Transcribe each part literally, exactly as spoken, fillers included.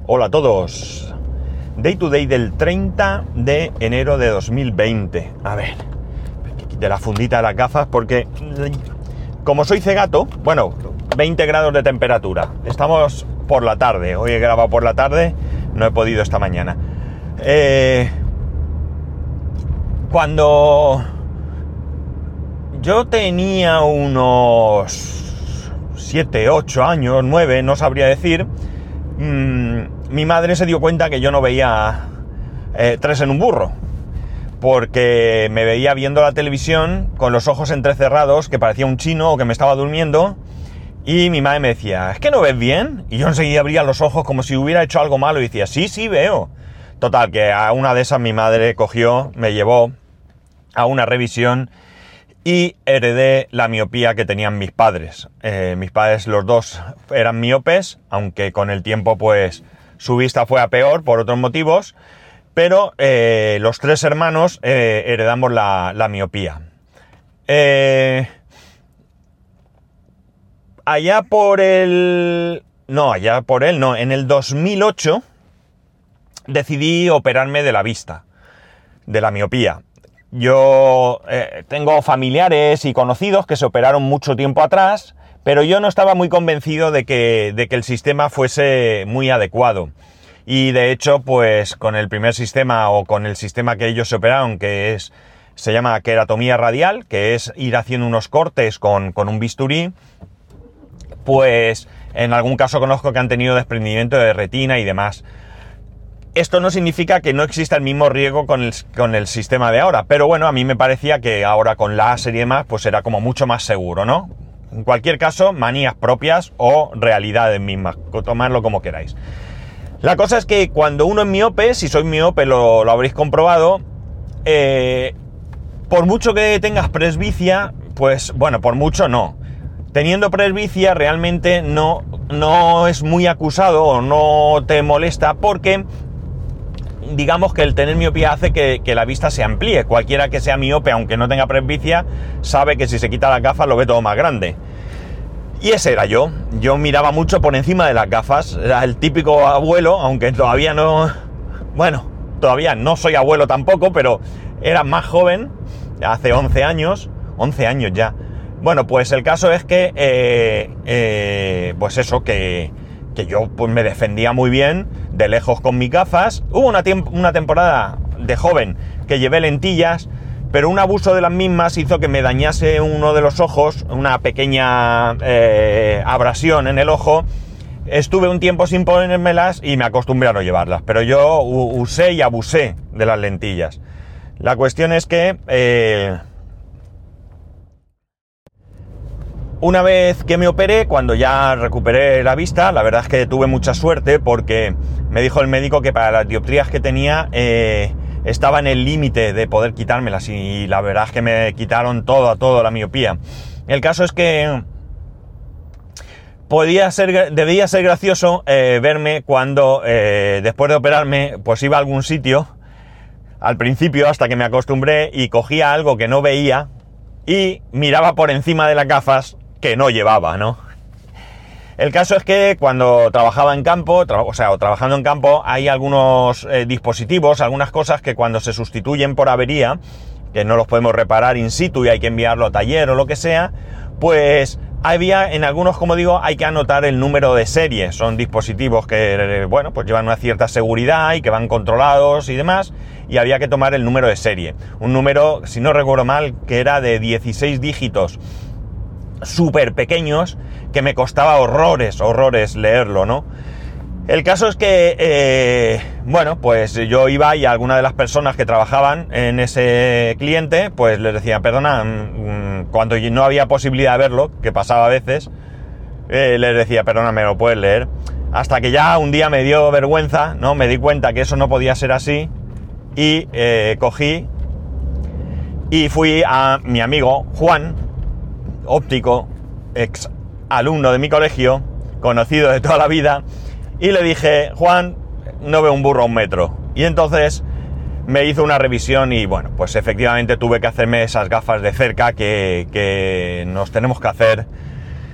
Hola a todos. Day to day del treinta de enero de dos mil veinte. A ver, que quite la fundita de las gafas porque, como soy cegato, bueno, veinte grados de temperatura. Estamos por la tarde. Hoy he grabado por la tarde, no he podido esta mañana. Eh, cuando yo tenía unos siete, ocho años, nueve, no sabría decir, mmm, mi madre se dio cuenta que yo no veía eh, tres en un burro, porque me veía viendo la televisión con los ojos entrecerrados, que parecía un chino o que me estaba durmiendo, y mi madre me decía, ¿es que no ves bien? Y yo enseguida abría los ojos como si hubiera hecho algo malo y decía, sí, sí, veo. Total, que a una de esas mi madre cogió, me llevó a una revisión y heredé la miopía que tenían mis padres. Eh, mis padres, los dos, eran miopes, aunque con el tiempo, pues, su vista fue a peor por otros motivos, pero eh, los tres hermanos eh, heredamos la, la miopía. Eh, allá por el... No, allá por el... No, en el dos mil ocho decidí operarme de la vista, de la miopía. Yo eh, tengo familiares y conocidos que se operaron mucho tiempo atrás, pero yo no estaba muy convencido de que, de que el sistema fuese muy adecuado. Y de hecho, pues con el primer sistema o con el sistema que ellos se operaron, que es, se llama queratomía radial, que es ir haciendo unos cortes con, con un bisturí, pues en algún caso conozco que han tenido desprendimiento de retina y demás. Esto no significa que no exista el mismo riesgo con el, con el sistema de ahora, pero bueno, a mí me parecía que ahora con láser y demás, pues era como mucho más seguro, ¿no? En cualquier caso, manías propias o realidades mismas, tomadlo como queráis. La cosa es que cuando uno es miope, si sois miope lo, lo habréis comprobado, eh, por mucho que tengas presbicia, pues bueno, por mucho no. Teniendo presbicia realmente no, no es muy acusado o no te molesta porque... digamos que el tener miopía hace que, que la vista se amplíe. Cualquiera que sea miope, aunque no tenga presbicia, sabe que si se quita las gafas lo ve todo más grande. Y ese era yo. Yo miraba mucho por encima de las gafas. Era el típico abuelo, aunque todavía no... Bueno, todavía no soy abuelo tampoco, pero era más joven, hace once años. once años ya. Bueno, pues el caso es que... Eh, eh, pues eso, que... que yo pues me defendía muy bien de lejos con mis gafas. Hubo una, tiemp- una temporada de joven que llevé lentillas, pero un abuso de las mismas hizo que me dañase uno de los ojos, una pequeña eh, abrasión en el ojo. Estuve un tiempo sin ponérmelas y me acostumbré a no llevarlas, pero yo u- usé y abusé de las lentillas. La cuestión es que... Eh, Una vez que me operé, cuando ya recuperé la vista, la verdad es que tuve mucha suerte porque me dijo el médico que para las dioptrías que tenía eh, estaba en el límite de poder quitármelas y la verdad es que me quitaron todo a todo la miopía. El caso es que podía ser, debía ser gracioso eh, verme cuando eh, después de operarme pues iba a algún sitio, al principio hasta que me acostumbré y cogía algo que no veía y miraba por encima de las gafas que no llevaba, ¿no? El caso es que cuando trabajaba en campo, tra- o sea, o trabajando en campo, hay algunos eh, dispositivos, algunas cosas que cuando se sustituyen por avería, que no los podemos reparar in situ y hay que enviarlo a taller o lo que sea, pues había, en algunos, como digo, hay que anotar el número de serie. Son dispositivos que, eh, bueno, pues llevan una cierta seguridad y que van controlados y demás, y había que tomar el número de serie. Un número, si no recuerdo mal, que era de dieciséis dígitos, súper pequeños, que me costaba horrores, horrores leerlo, ¿no? El caso es que, eh, bueno, pues yo iba y alguna de las personas que trabajaban en ese cliente, pues les decía, perdona, mmm, cuando no había posibilidad de verlo, que pasaba a veces, eh, les decía, perdona, ¿me lo puedes leer? Hasta que ya un día me dio vergüenza, ¿no? Me di cuenta que eso no podía ser así y eh, cogí y fui a mi amigo Juan, óptico, ex alumno de mi colegio, conocido de toda la vida, y le dije, Juan, no veo un burro a un metro. Y entonces me hizo una revisión y bueno, pues efectivamente tuve que hacerme esas gafas de cerca que, que nos tenemos que hacer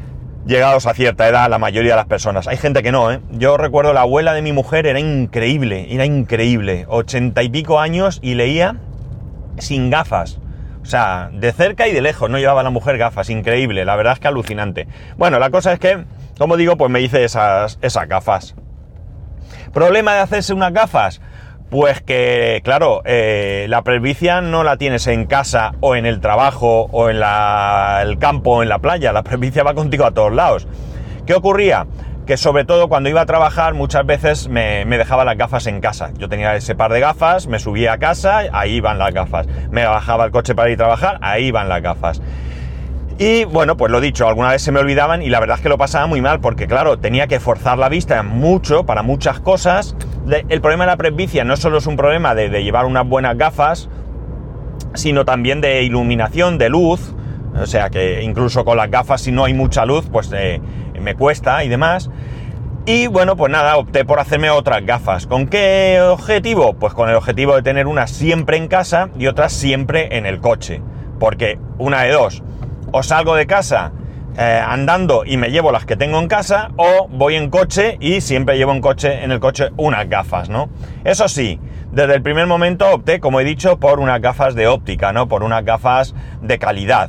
llegados a cierta edad, la mayoría de las personas. Hay gente que no, ¿eh? Yo recuerdo la abuela de mi mujer, era increíble, era increíble. Ochenta y pico años y leía sin gafas. O sea, de cerca y de lejos, no llevaba la mujer gafas, increíble, la verdad es que alucinante. Bueno, la cosa es que, como digo, pues me hice esas, esas gafas. ¿Problema de hacerse unas gafas? Pues que, claro, eh, la presbicia no la tienes en casa o en el trabajo o en la, el campo o en la playa, la presbicia va contigo a todos lados. ¿Qué ocurría? Que sobre todo cuando iba a trabajar muchas veces me, me dejaba las gafas en casa. Yo tenía ese par de gafas, me subía a casa, ahí iban las gafas. Me bajaba el coche para ir a trabajar, ahí iban las gafas. Y bueno, pues lo dicho, alguna vez se me olvidaban y la verdad es que lo pasaba muy mal porque claro, tenía que forzar la vista mucho para muchas cosas. El problema de la presbicia no solo es un problema de, de llevar unas buenas gafas, sino también de iluminación, de luz. O sea que incluso con las gafas, si no hay mucha luz, pues eh, me cuesta y demás. Y bueno, pues nada, opté por hacerme otras gafas. ¿Con qué objetivo? Pues con el objetivo de tener unas siempre en casa y otras siempre en el coche. Porque una de dos, o salgo de casa eh, andando y me llevo las que tengo en casa, o voy en coche y siempre llevo en coche, en el coche unas gafas, ¿no? Eso sí, desde el primer momento opté, como he dicho, por unas gafas de óptica, ¿no? Por unas gafas de calidad.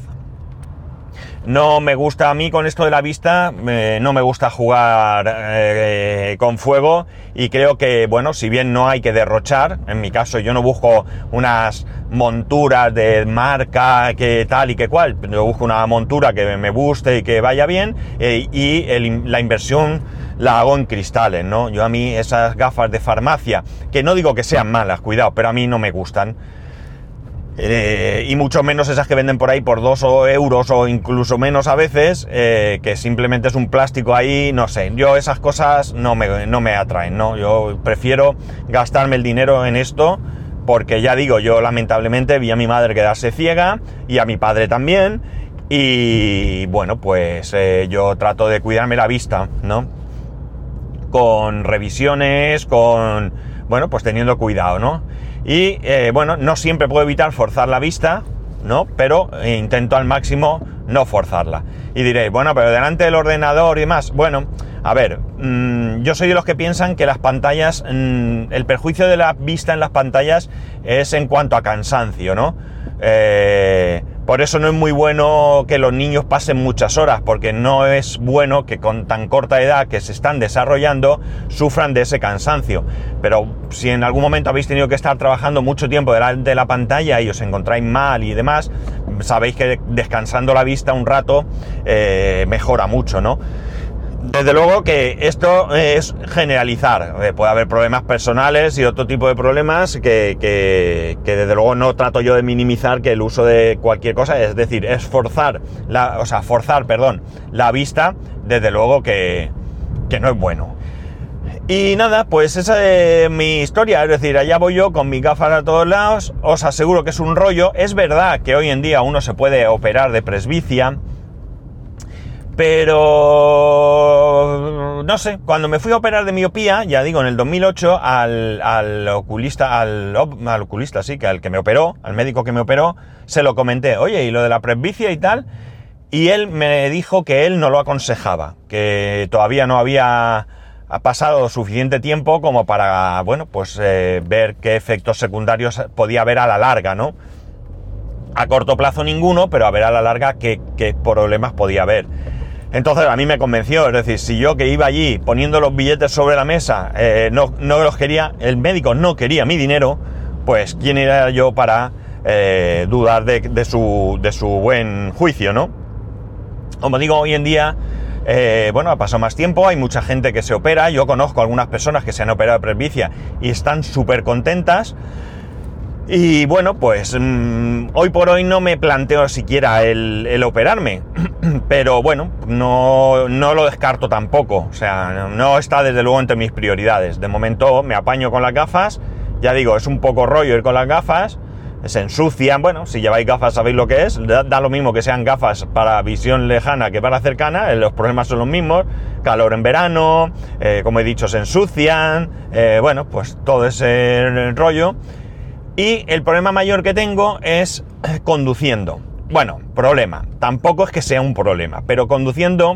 No me gusta a mí con esto de la vista, eh, no me gusta jugar eh, con fuego y creo que, bueno, si bien no hay que derrochar, en mi caso yo no busco unas monturas de marca que tal y que cual, yo busco una montura que me guste y que vaya bien eh, y el, la inversión la hago en cristales, ¿no? Yo a mí esas gafas de farmacia, que no digo que sean malas, cuidado, pero a mí no me gustan. Eh, y mucho menos esas que venden por ahí por dos euros o incluso menos a veces, eh, que simplemente es un plástico ahí, no sé, yo esas cosas no me, no me atraen, ¿no? Yo prefiero gastarme el dinero en esto porque ya digo, yo lamentablemente vi a mi madre quedarse ciega y a mi padre también y bueno, pues eh, yo trato de cuidarme la vista, ¿no? Con revisiones, con, bueno, pues teniendo cuidado, ¿no? Y eh, bueno, no siempre puedo evitar forzar la vista, ¿no? Pero intento al máximo no forzarla. Y diréis, bueno, pero delante del ordenador y demás. Bueno, a ver, mmm, yo soy de los que piensan que las pantallas, mmm, el perjuicio de la vista en las pantallas es en cuanto a cansancio, ¿no? Eh, por eso no es muy bueno que los niños pasen muchas horas, porque no es bueno que con tan corta edad que se están desarrollando sufran de ese cansancio. Pero si en algún momento habéis tenido que estar trabajando mucho tiempo delante de la pantalla y os encontráis mal y demás, sabéis que descansando la vista un rato eh, mejora mucho, ¿no? Desde luego que esto es generalizar, eh, puede haber problemas personales y otro tipo de problemas que, que, que desde luego no trato yo de minimizar que el uso de cualquier cosa, es decir, es forzar, la, o sea, forzar, perdón, la vista, desde luego que, que no es bueno. Y nada, pues esa es mi historia, es decir, allá voy yo con mis gafas a todos lados, os aseguro que es un rollo, es verdad que hoy en día uno se puede operar de presbicia, pero no sé, cuando me fui a operar de miopía, ya digo, en el dos mil ocho, al, al oculista, al, al oculista, sí, que al que me operó, al médico que me operó, se lo comenté, oye, ¿y lo de la presbicia y tal? Y él me dijo que él no lo aconsejaba, que todavía no había pasado suficiente tiempo como para, bueno, pues eh, ver qué efectos secundarios podía haber a la larga, ¿no? A corto plazo ninguno, pero a ver a la larga qué, qué problemas podía haber. Entonces a mí me convenció, es decir, si yo que iba allí poniendo los billetes sobre la mesa, eh, no, no los quería, el médico no quería mi dinero, pues quién era yo para eh, dudar de, de, su, de su buen juicio, ¿no? Como digo, hoy en día, eh, bueno, ha pasado más tiempo, hay mucha gente que se opera, yo conozco algunas personas que se han operado de presbicia y están súper contentas. Y bueno, pues mmm, hoy por hoy no me planteo siquiera el, el operarme, pero bueno, no, no lo descarto tampoco, o sea, no está desde luego entre mis prioridades. De momento me apaño con las gafas, ya digo, es un poco rollo ir con las gafas, se ensucian, bueno, si lleváis gafas sabéis lo que es, da, da lo mismo que sean gafas para visión lejana que para cercana, los problemas son los mismos, calor en verano, eh, como he dicho, se ensucian, eh, bueno, pues todo ese rollo. Y el problema mayor que tengo es conduciendo. Bueno, problema. Tampoco es que sea un problema, pero conduciendo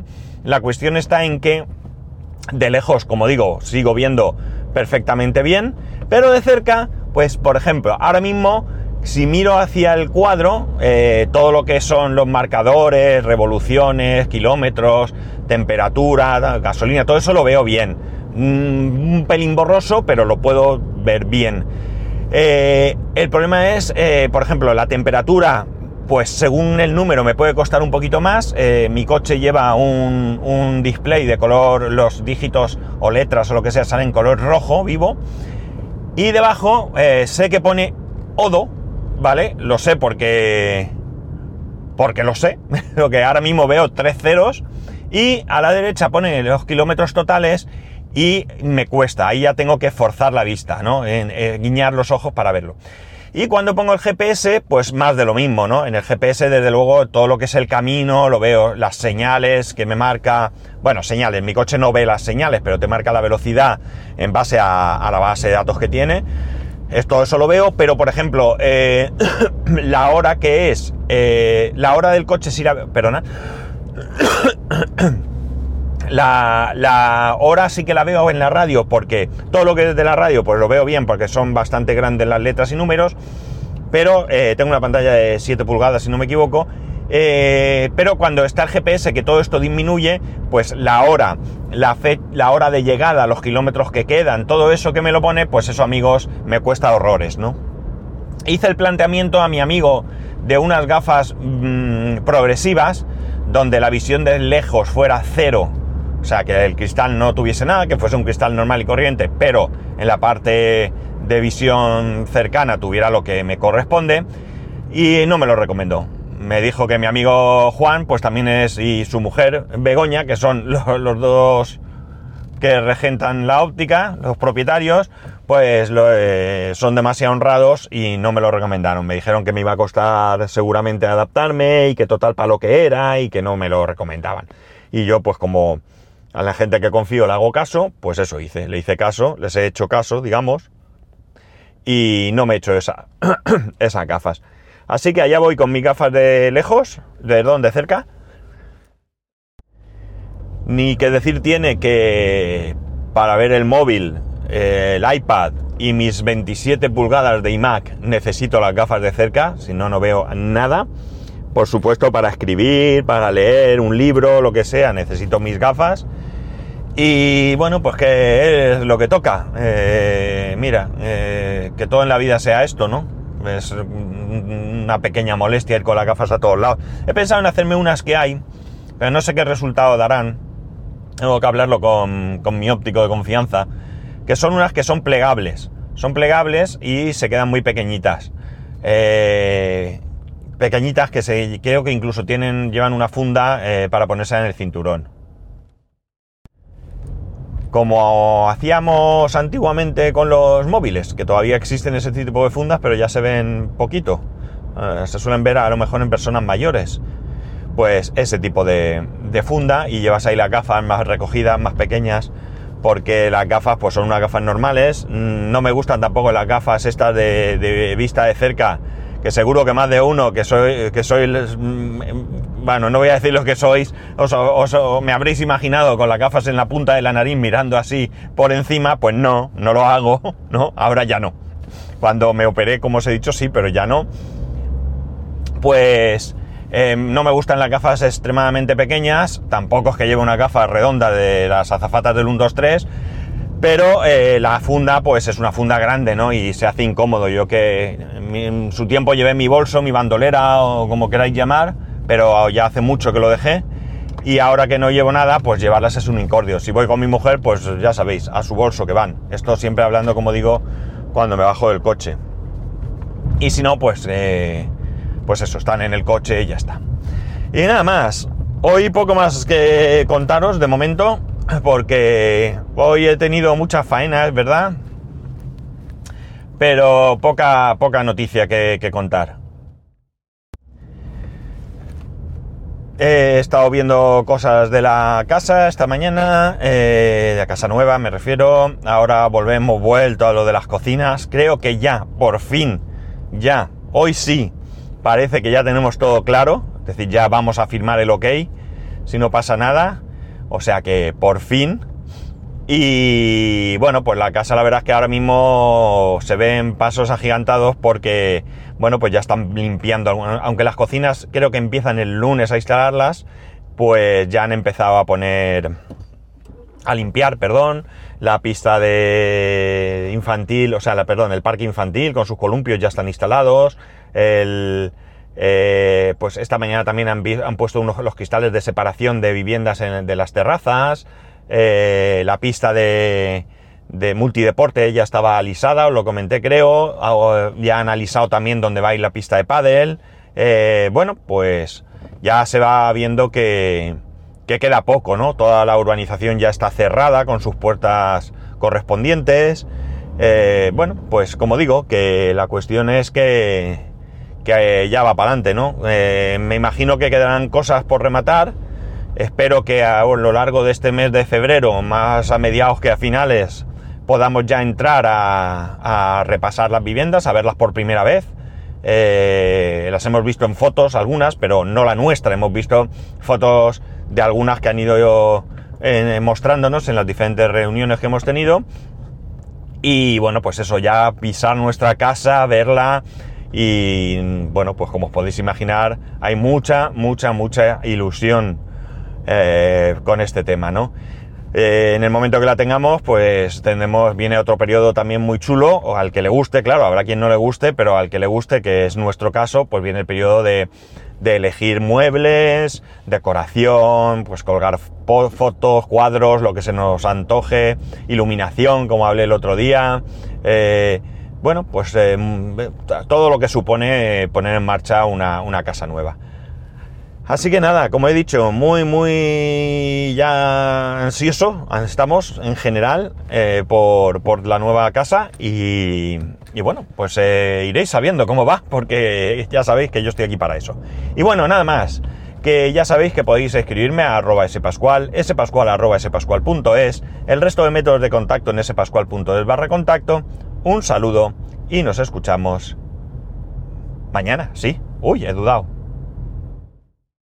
La cuestión está en que de lejos, como digo, sigo viendo perfectamente bien, pero de cerca, pues por ejemplo, ahora mismo si miro hacia el cuadro, eh, todo lo que son los marcadores, revoluciones, kilómetros, temperatura, gasolina, todo eso lo veo bien. Mm, un pelín borroso, pero lo puedo ver bien. Eh, el problema es, eh, por ejemplo, la temperatura, pues según el número me puede costar un poquito más. Eh, mi coche lleva un, un display de color, los dígitos o letras o lo que sea salen en color rojo vivo. Y debajo eh, sé que pone Odo, ¿vale? Lo sé porque... porque lo sé. Lo que ahora mismo veo tres ceros. Y a la derecha pone los kilómetros totales y me cuesta. Ahí ya tengo que forzar la vista, ¿no? En, en guiñar los ojos para verlo. Y cuando pongo el G P S, pues más de lo mismo, ¿no? En el G P S, desde luego, todo lo que es el camino, lo veo, las señales que me marca... Bueno, señales, mi coche no ve las señales, pero te marca la velocidad en base a, a la base de datos que tiene. Todo eso lo veo, pero por ejemplo, eh, la hora que es... Eh, la hora del coche es ir a... Perdona. La, la hora sí que la veo en la radio, porque todo lo que es de la radio pues lo veo bien porque son bastante grandes las letras y números, pero eh, tengo una pantalla de siete pulgadas si no me equivoco, eh, pero cuando está el G P S que todo esto disminuye, pues la hora, la, fe, la hora de llegada, los kilómetros que quedan, todo eso que me lo pone, pues eso, amigos, me cuesta horrores, ¿no? Hice el planteamiento a mi amigo de unas gafas mmm, progresivas donde la visión de lejos fuera cero. O sea, que el cristal no tuviese nada, que fuese un cristal normal y corriente, pero en la parte de visión cercana tuviera lo que me corresponde, y no me lo recomendó. Me dijo que mi amigo Juan, pues también es, y su mujer Begoña, que son los, los dos que regentan la óptica, los propietarios, pues lo, eh, son demasiado honrados y no me lo recomendaron. Me dijeron que me iba a costar seguramente adaptarme y que total para lo que era y que no me lo recomendaban. Y yo, pues como... a la gente que confío le hago caso, pues eso hice, le hice caso, les he hecho caso, digamos, y no me he hecho esa, esas gafas. Así que allá voy con mis gafas de lejos, de donde cerca. Ni que decir tiene que para ver el móvil, eh, el iPad y mis veintisiete pulgadas de iMac necesito las gafas de cerca, si no, no veo nada. Por supuesto, para escribir, para leer un libro, lo que sea, necesito mis gafas. Y bueno, pues que es lo que toca. Eh, mira, eh, que todo en la vida sea esto, ¿no? Es una pequeña molestia ir con las gafas a todos lados. He pensado en hacerme unas que hay, pero no sé qué resultado darán. Tengo que hablarlo con, con mi óptico de confianza. Que son unas que son plegables. Son plegables y se quedan muy pequeñitas. Eh... pequeñitas que se, creo que incluso tienen, llevan una funda eh, para ponerse en el cinturón. Como hacíamos antiguamente con los móviles, que todavía existen ese tipo de fundas, pero ya se ven poquito. Eh, se suelen ver a lo mejor en personas mayores. Pues ese tipo de, de funda, y llevas ahí las gafas más recogidas, más pequeñas, porque las gafas pues son unas gafas normales. No me gustan tampoco las gafas estas de, de vista de cerca, que seguro que más de uno que soy, que soy, bueno, no voy a decir lo que sois, os, os, os me habréis imaginado con las gafas en la punta de la nariz mirando así por encima. Pues no, no lo hago, ¿no? Ahora ya no. Cuando me operé, como os he dicho, sí, pero ya no. Pues eh, no me gustan las gafas extremadamente pequeñas, tampoco es que lleve una gafa redonda de las azafatas del uno dos tres, pero eh, la funda pues es una funda grande, ¿no? Y se hace incómodo. Yo que en su tiempo llevé mi bolso, mi bandolera o como queráis llamar, pero ya hace mucho que lo dejé, y ahora que no llevo nada, pues llevarlas es un incordio. Si voy con mi mujer, pues ya sabéis, a su bolso que van. Esto siempre hablando, como digo, cuando me bajo del coche. Y si no, pues eh, pues eso, están en el coche y ya está. Y nada más. Hoy poco más que contaros de momento, porque hoy he tenido mucha faena, es verdad, pero poca, poca noticia que, que contar. He estado viendo cosas de la casa esta mañana, eh, de la casa nueva me refiero. Ahora volvemos vuelto a lo de las cocinas. Creo que ya, por fin, ya, hoy sí, parece que ya tenemos todo claro. Es decir, ya vamos a firmar el ok, si no pasa nada. O sea que por fin. Y bueno, pues la casa la verdad es que ahora mismo se ven pasos agigantados porque, bueno, pues ya están limpiando, aunque las cocinas creo que empiezan el lunes a instalarlas, pues ya han empezado a poner, a limpiar, perdón, la pista de infantil, o sea, la, perdón, el parque infantil con sus columpios ya están instalados, el... Eh, pues esta mañana también han, vi, han puesto unos, los cristales de separación de viviendas en, de las terrazas. Eh, la pista de, de multideporte ya estaba alisada, os lo comenté creo, ya han alisado también donde va a ir la pista de pádel. Eh, bueno, pues ya se va viendo que, que queda poco, ¿no? Toda la urbanización ya está cerrada con sus puertas correspondientes. Eh, bueno, pues como digo, que la cuestión es que, que ya va para adelante, ¿no? Eh, me imagino que quedarán cosas por rematar. Espero que a lo largo de este mes de febrero, más a mediados que a finales, podamos ya entrar a, a repasar las viviendas, a verlas por primera vez. Eh, las hemos visto en fotos, algunas, pero no la nuestra. Hemos visto fotos de algunas que han ido eh, mostrándonos en las diferentes reuniones que hemos tenido. Y bueno, pues eso, ya pisar nuestra casa, verla. Y bueno, pues como os podéis imaginar, hay mucha, mucha, mucha ilusión Eh, con este tema, ¿no? Eh, en el momento que la tengamos, pues tendremos, viene otro periodo también muy chulo, o al que le guste, claro, habrá quien no le guste, pero al que le guste, que es nuestro caso, pues viene el periodo de, de elegir muebles, decoración, pues colgar fotos, cuadros, lo que se nos antoje, iluminación, como hablé el otro día, eh, bueno, pues eh, todo lo que supone poner en marcha una, una casa nueva. Así que nada, como he dicho, muy, muy ya ansioso estamos en general eh, por, por la nueva casa y, y bueno, pues eh, iréis sabiendo cómo va, porque ya sabéis que yo estoy aquí para eso. Y bueno, nada más, que ya sabéis que podéis escribirme a arroba spascual, spascual arroba spascual punto es, el resto de métodos de contacto en spascual punto es barra contacto. Un saludo y nos escuchamos mañana, sí, uy, he dudado.